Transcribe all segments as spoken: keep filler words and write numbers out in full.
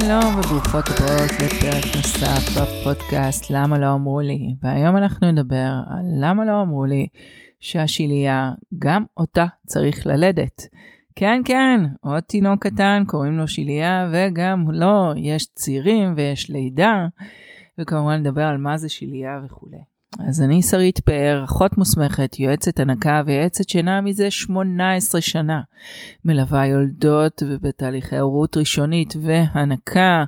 שלום וברוכות הבאות לפרק נוסף בפודקאסט למה לא אמרו לי, והיום אנחנו נדבר על למה לא אמרו לי שהשיליה גם אותה צריך ללדת. כן כן, עוד תינוק קטן קוראים לו שיליה, וגם לא, יש צירים ויש לידה, וכמובן נדבר על מה זה שיליה וכו'. אז אני שרית פאר, אחות מוסמכת, יועצת הנקה ויועצת שינה מזה שמונה עשרה שנה. מלווה יולדות ובתהליכי הורות ראשונית והנקה,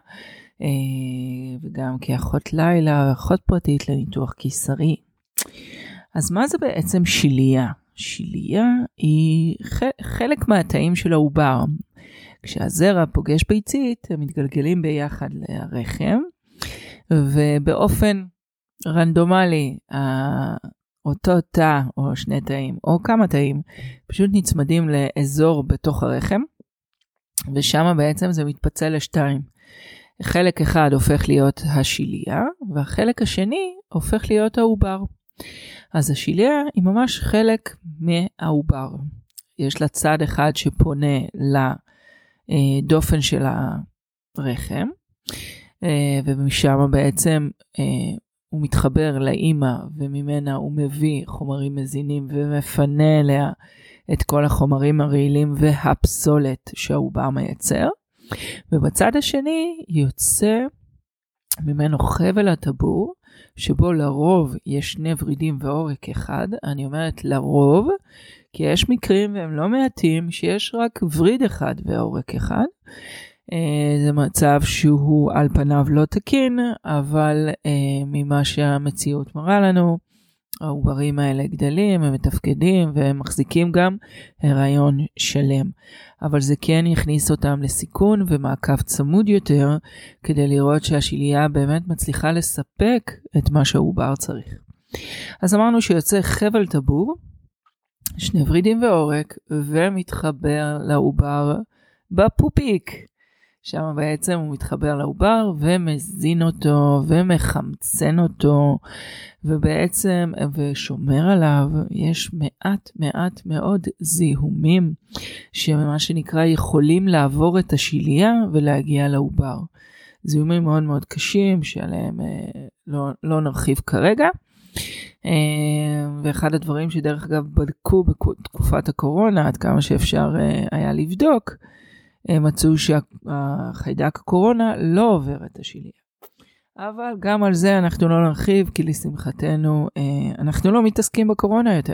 וגם כאחות לילה ואחות פרטית לניתוח קיסרי. אז מה זה בעצם שיליה? שיליה היא חלק מהתאים של העובר. כשהזרע פוגש ביצית, הם מתגלגלים ביחד לרחם, ובאופן רנדומלי, אותו תא או שני תאים או כמה תאים פשוט נצמדים לאזור בתוך הרחם, ושם בעצם זה מתפצל לשתיים. חלק אחד הופך להיות השיליה, והחלק השני הופך להיות העובר. אז השיליה היא ממש חלק מהעובר. יש לה צד אחד שפונה לדופן של הרחם, ומשם בעצם הוא מתחבר לאמא, וממנה הוא מביא חומרים מזינים ומפנה אליה את כל החומרים הרעילים והפסולת שהעובר מייצר. ובצד השני יוצא ממנו חבל הטבור, שבו לרוב יש שני ורידים ועורק אחד. אני אומרת לרוב, כי יש מקרים והם לא מעטים שיש רק וריד אחד ועורק אחד. זה מצב שהוא על פניו לא תקין, אבל ממה שהמציאות מראה לנו, העוברים האלה גדלים, הם מתפקדים והם מחזיקים גם הריון שלם. אבל זה כן יכניס אותם לסיכון ומעקב צמוד יותר, כדי לראות שהשיליה באמת מצליחה לספק את מה שהעובר צריך. אז אמרנו שיוצא חבל טבור, שני ורידים ועורק, ומתחבר לעובר בפופיק. שם בעצם הוא מתחבר לעובר ומזין אותו ומחמצן אותו, ובעצם ושומר עליו. יש מעט מעט מאוד זיהומים שמה שנקרא יכולים לעבור את השיליה ולהגיע לעובר. זיהומים מאוד מאוד קשים שעליהם לא, לא נרחיב כרגע. ואחד הדברים שדרך אגב בדקו בתקופת הקורונה, עד כמה שאפשר היה לבדוק, מצאו שהחיידק הקורונה לא עובר את השיליה. אבל גם על זה אנחנו לא נרחיב, כי לשמחתנו אנחנו לא מתעסקים בקורונה יותר.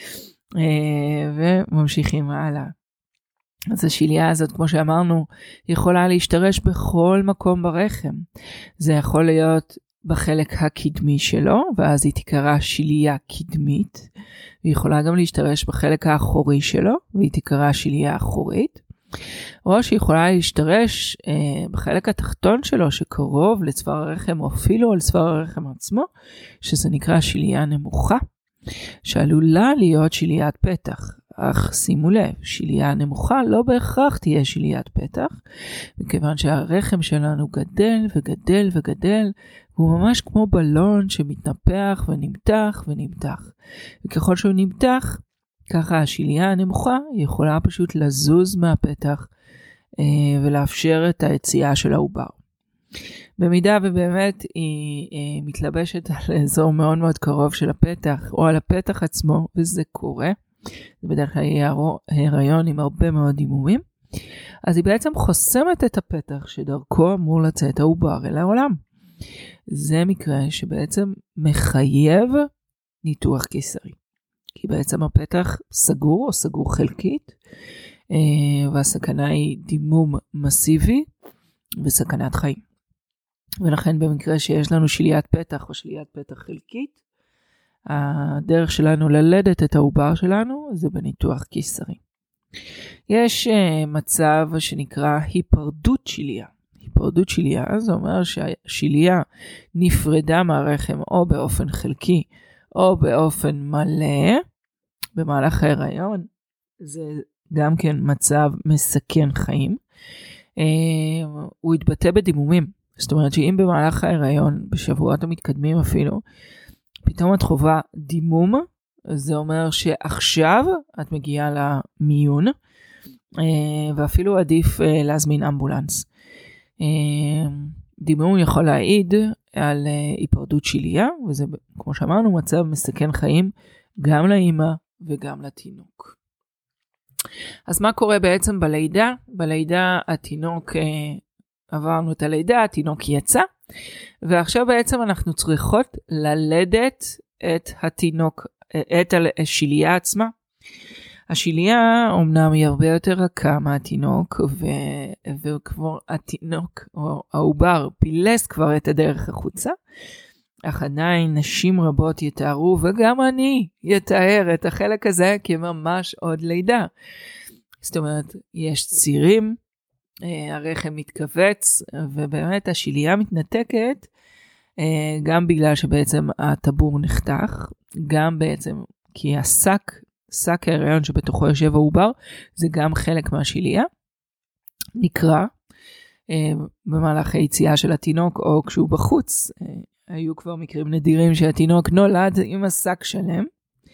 וממשיכים הלאה. אז השיליה הזאת, כמו שאמרנו, יכולה להשתרש בכל מקום ברחם. זה יכול להיות בחלק הקדמי שלו, ואז היא תיקרא שיליה קדמית. היא יכולה גם להשתרש בחלק האחורי שלו, והיא תיקרא שיליה אחורית. או שיכולה להשתרש אה, בחלק התחתון שלו שקרוב לצוואר הרחם, או אפילו על צוואר הרחם עצמו, שזה נקרא שיליה נמוכה, שעלולה להיות שליית פתח. אך שימו לב, שיליה נמוכה לא בהכרח תהיה שליית פתח, מכיוון שהרחם שלנו גדל וגדל וגדל, הוא ממש כמו בלון שמתנפח ונמתח ונמתח. וככל שהוא נמתח, ככה השיליה הנמוכה יכולה פשוט לזוז מהפתח אה, ולאפשר את היציאה של העובר. במידה ובאמת היא אה, מתלבשת על אזור מאוד מאוד קרוב של הפתח או על הפתח עצמו, וזה קורה, זה בדרך כלל יהיה הריון עם הרבה מאוד דימומים, אז היא בעצם חוסמת את הפתח שדרכו אמור לצאת העובר אל העולם. זה מקרה שבעצם מחייב ניתוח קיסרי. כי בעצם הפתח סגור או סגור חלקית, והסכנה היא דימום מסיבי וסכנת חיים. ולכן במקרה שיש לנו שליית פתח או שליית פתח חלקית, הדרך שלנו ללדת את העובר שלנו זה בניתוח קיסרי. יש מצב שנקרא היפרדות שיליה. היפרדות שיליה, זה אומר שהשיליה נפרדה מהרחם או באופן חלקי, או באופן מלא, במהלך ההיריון. זה גם כן מצב מסכן חיים. הוא יתבטא בדימומים. זאת אומרת שאם במהלך ההיריון, בשבועות המתקדמים אפילו, פתאום את חובה דימום, זה אומר שעכשיו את מגיעה למיון, ואפילו עדיף להזמין אמבולנס. דימום יכול להעיד על היפרדות שיליה, וזה כמו שאמרנו מצב מסכן חיים גם לאמא וגם לתינוק. אז מה קורה בעצם בלידה? בלידה התינוק, עברנו את הלידה, התינוק יצא, ועכשיו בעצם אנחנו צריכות ללדת את התינוק, את השיליה עצמה. השיליה אומנם היא הרבה יותר רכה מהתינוק, ו- וכבר התינוק או העובר פילס כבר את הדרך החוצה, אך עדיין נשים רבות יתארו, וגם אני יתאר את החלק הזה כממש עוד לידה. זאת אומרת, יש צירים, הרחם מתכווץ, ובאמת השיליה מתנתקת, גם בגלל שבעצם הטבור נחתך, גם בעצם כי השק, שק ההיריון שבתוכו יושב העובר, זה גם חלק מהשיליה, נקרא במהלך היציאה של התינוק, או כשהוא בחוץ, היו כבר מקרים נדירים שהתינוק נולד עם השק שלם,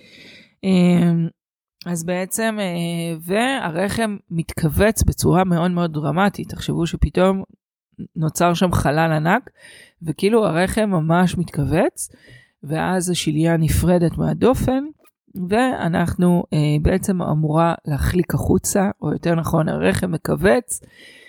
אז בעצם, והרחם מתכווץ בצורה מאוד מאוד דרמטית, תחשבו שפתאום נוצר שם חלל ענק, וכאילו הרחם ממש מתכווץ, ואז השיליה נפרדת מהדופן, ואנחנו בעצם אמורה להחליק החוצה, או יותר נכון הרחם מכווץ,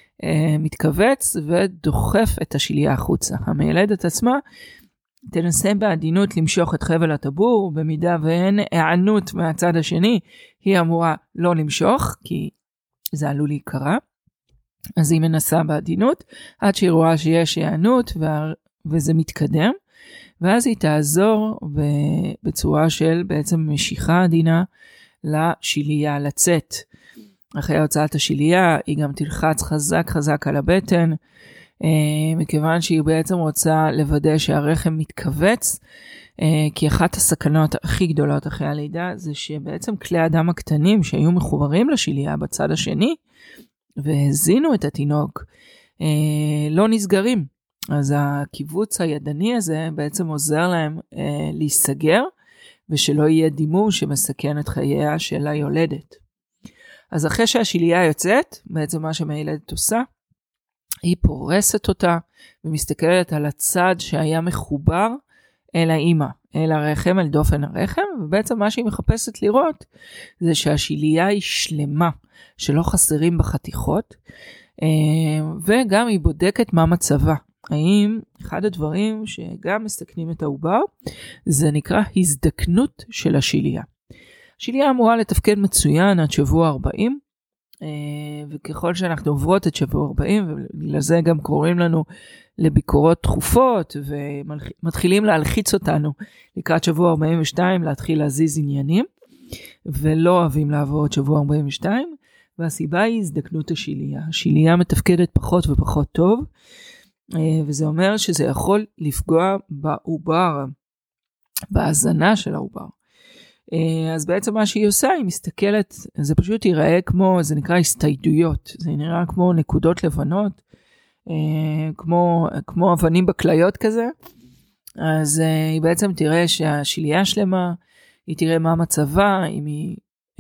מתכווץ ודוחף את השיליה החוצה. המיילדת עצמה תנסה בעדינות למשוך את חבל הטבור, במידה ואין הענות מהצד השני, היא אמורה לא למשוך, כי זה עלול להיקרא. אז היא מנסה בעדינות, עד שהיא רואה שיש הענות, וזה מתקדם, ואז היא תעזור בצורה של בעצם משיכה עדינה לשיליה לצאת. אחרי הוצאת השיליה, היא גם תלחץ חזק חזק על הבטן, מכיוון שהיא בעצם רוצה לוודא שהרחם מתכווץ, כי אחת הסכנות הכי גדולות אחרי הלידה, זה שבעצם כלי הדם הקטנים שהיו מחוברים לשיליה בצד השני, והזינו את התינוק, לא נסגרים. אז הקיבוץ הידני הזה בעצם עוזר להם להיסגר, ושלא יהיה דימום שמסכן את חייה של היולדת. אז אחרי שהשיליה יוצאת, בעצם מה שמיילדת עושה, היא פורסת אותה, ומסתכלת על הצד שהיה מחובר אל האמא, אל הרחם, אל דופן הרחם, ובעצם מה שהיא מחפשת לראות, זה שהשיליה היא שלמה, שלא חסרים בחתיכות, וגם היא בודקת מה מצבה. האם אחד הדברים שגם מסתכנים את העובר, זה נקרא הזדקנות של השיליה. השיליה אמורה לתפקד מצוין עד שבוע ארבעים, וככל שאנחנו עוברות את שבוע ארבעים, ובגלל זה גם קוראים לנו לביקורות תכופות, ומתחילים להלחיץ אותנו לקראת שבוע ארבעים ושתיים, להתחיל להזיז עניינים, ולא אוהבים לעבור את שבוע ארבעים ושתיים, והסיבה היא הזדקנות השיליה. השיליה מתפקדת פחות ופחות טוב, וזה אומר שזה יכול לפגוע בעובר, בהזנה של העובר. אז בעצם מה שהיא עושה, היא מסתכלת, זה פשוט ייראה כמו, זה נקרא הסתיידויות, זה נראה כמו נקודות לבנות, כמו, כמו אבנים בקליות כזה, אז היא בעצם תראה שהשיליה שלמה, היא תראה מה מצבה, אם היא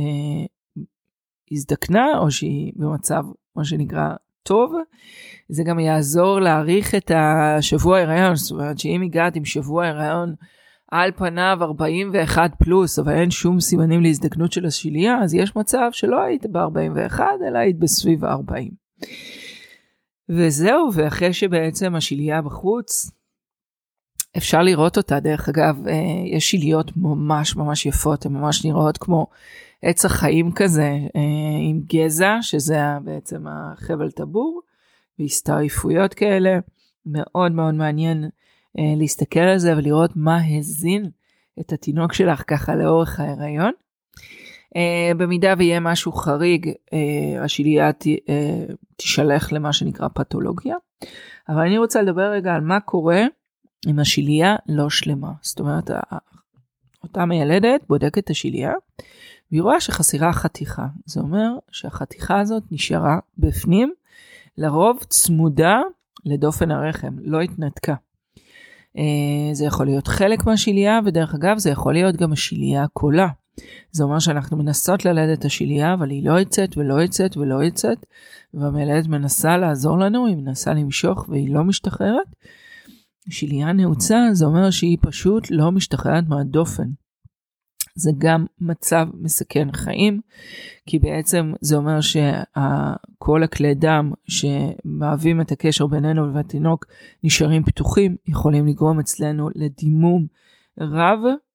הזדקנה, או שהיא במצב, מה שנקרא, טוב, זה גם יעזור להאריך את השבוע ההיריון, זאת אומרת שאם הגעת עם שבוע ההיריון, על פניו ארבעים ואחת פלוס, אבל אין שום סימנים להזדקנות של השיליה, אז יש מצב שלא היית ב-ארבעים ואחת, אלא היית בסביב ה-ארבעים. וזהו, ואחרי שבעצם השיליה בחוץ, אפשר לראות אותה, דרך אגב, יש שיליות ממש ממש יפות, הן ממש נראות כמו עץ החיים כזה, עם גזע, שזה בעצם החבל טבור, והסתעפויות כאלה, מאוד מאוד מעניין, להסתכל על זה ולראות מה הזין את התינוק שלך ככה לאורך ההיריון. במידה ויהיה משהו חריג, השיליה תשלח למה שנקרא פתולוגיה. אבל אני רוצה לדבר רגע על מה קורה אם השיליה לא שלמה. זאת אומרת, אותה מיילדת בודקת את השיליה, והיא רואה שחסרה חתיכה. זה אומר שהחתיכה הזאת נשארה בפנים, לרוב צמודה לדופן הרחם, לא התנתקה. זה יכול להיות חלק מהשיליה, ודרך אגב זה יכול להיות גם השיליה הקולה. זה אומר שאנחנו מנסות ללדת את השיליה, אבל היא לא יצאת ולא יצאת ולא יצאת, והמלדת מנסה לעזור לנו, היא מנסה למשוך והיא לא משתחררת. שיליה נעוצה, זה אומר שהיא פשוט לא משתחררת מהדופן. זה גם מצב מסכן חיים, כי בעצם זה אומר שכל הכלי דם שמהווים את הקשר בינינו לבין התינוק נשארים פתוחים, יכולים לגרום אצלנו לדימום רב,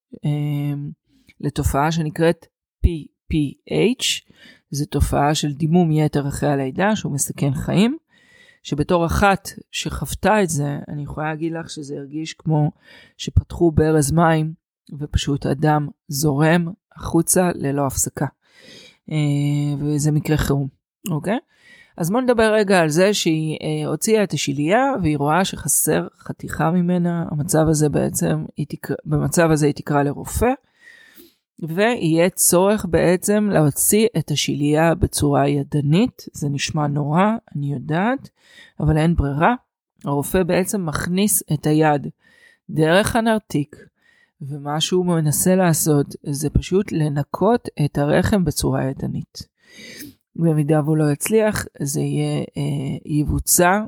לתופעה שנקראת פי פי אייץ', זו תופעה של דימום יתר אחרי הלידה, שהוא מסכן חיים, שבתור אחת שחוותה את זה, אני יכולה להגיד לך שזה הרגיש כמו שפתחו ברז מים, ופשוט הדם זורם החוצה ללא הפסקה. וזה מקרה חירום, אוקיי? אז בוא נדבר רגע על זה שהיא הוציאה את השיליה, והיא רואה שחסר חתיכה ממנה, המצב הזה בעצם, תקרא, במצב הזה היא תקרא לרופא, ויהיה צורך בעצם להוציא את השיליה בצורה ידנית, זה נשמע נורא, אני יודעת, אבל אין ברירה. הרופא בעצם מכניס את היד דרך הנרתיק, ומה שהוא מנסה לעשות זה פשוט לנקות את הרחם בצורה ידנית. במידה והוא לא יצליח, זה יהיה אה, יבוצע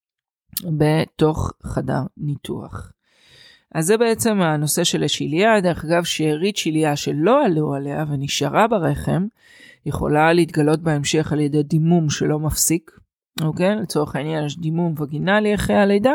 בתוך חדר ניתוח. אז זה בעצם הנושא של השיליה. דרך אגב, שארית שיליה שלא עלו עליה ונשארה ברחם, יכולה להתגלות בהמשך על ידי דימום שלא מפסיק. אוקיי? לצורך העניין יש דימום וגינלי אחרי הלידה,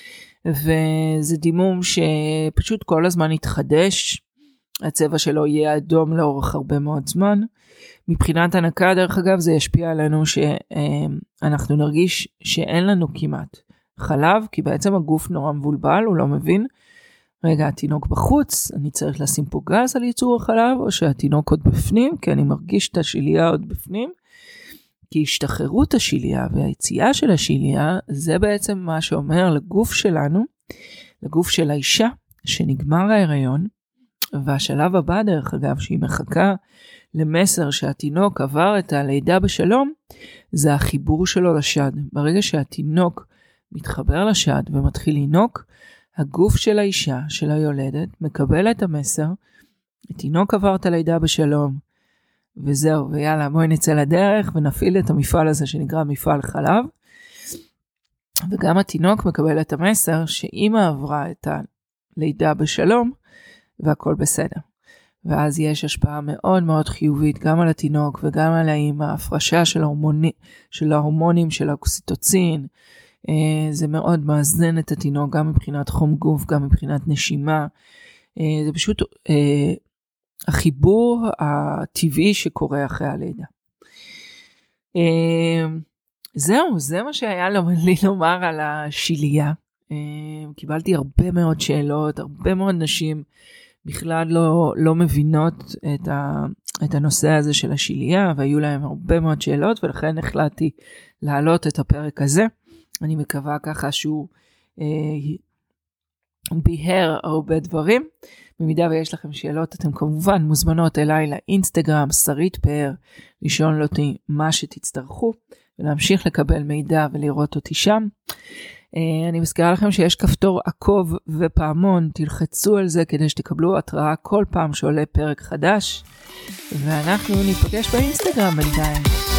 וזה דימום שפשוט כל הזמן יתחדש, הצבע שלו יהיה אדום לאורך הרבה מאוד זמן. מבחינת הנקה, דרך אגב, זה ישפיע עלינו שאנחנו נרגיש שאין לנו כמעט חלב, כי בעצם הגוף נורא מבולבל, הוא לא מבין, רגע, התינוק בחוץ, אני צריך לשים פה גז על ייצור החלב, או שהתינוק עוד בפנים, כי אני מרגיש את השיליה עוד בפנים, כי השתחררות השיליה והיציאה של השיליה, זה בעצם מה שאומר לגוף שלנו, לגוף של האישה, שנגמר ההיריון, והשלב הבא דרך אגב, שהיא מחכה למסר שהתינוק עבר את הלידה בשלום, זה החיבור שלו לשד. ברגע שהתינוק מתחבר לשד ומתחיל לינוק, הגוף של האישה, של היולדת, מקבל את המסר, התינוק עבר את הלידה בשלום, וזהו, ויאללה, בואי נצא לדרך ונפעיל את המפעל הזה שנקרא מפעל חלב. וגם התינוק מקבל את המסר שאמא עברה את הלידה בשלום, והכל בסדר. ואז יש השפעה מאוד מאוד חיובית גם על התינוק וגם על האמא, הפרשה של ההורמונים, של ההורמונים, של האוקסיטוצין. זה מאוד מאזן את התינוק, גם מבחינת חום גוף, גם מבחינת נשימה. זה פשוט החיבור הטבעי שקורה אחרי הלידה. זהו, זה מה שהיה לי לומר על השיליה. קיבלתי הרבה מאוד שאלות, הרבה מאוד נשים בכלל לא, לא מבינות את, ה, את הנושא הזה של השיליה, והיו להם הרבה מאוד שאלות, ולכן החלטתי להעלות את הפרק הזה. אני מקווה ככה שהוא אה, ביהר הרבה דברים. במידה ויש לכם שאלות, אתם כמובן מוזמנות אליי לאינסטגרם, שרית פאר, לשאול אותי מה שתצטרכו, ולהמשיך לקבל מידע ולראות אותי שם. אני מזכירה לכם שיש כפתור עקוב ופעמון, תלחצו על זה כדי שתקבלו התראה כל פעם שעולה פרק חדש, ואנחנו ניפגש באינסטגרם בינתיים.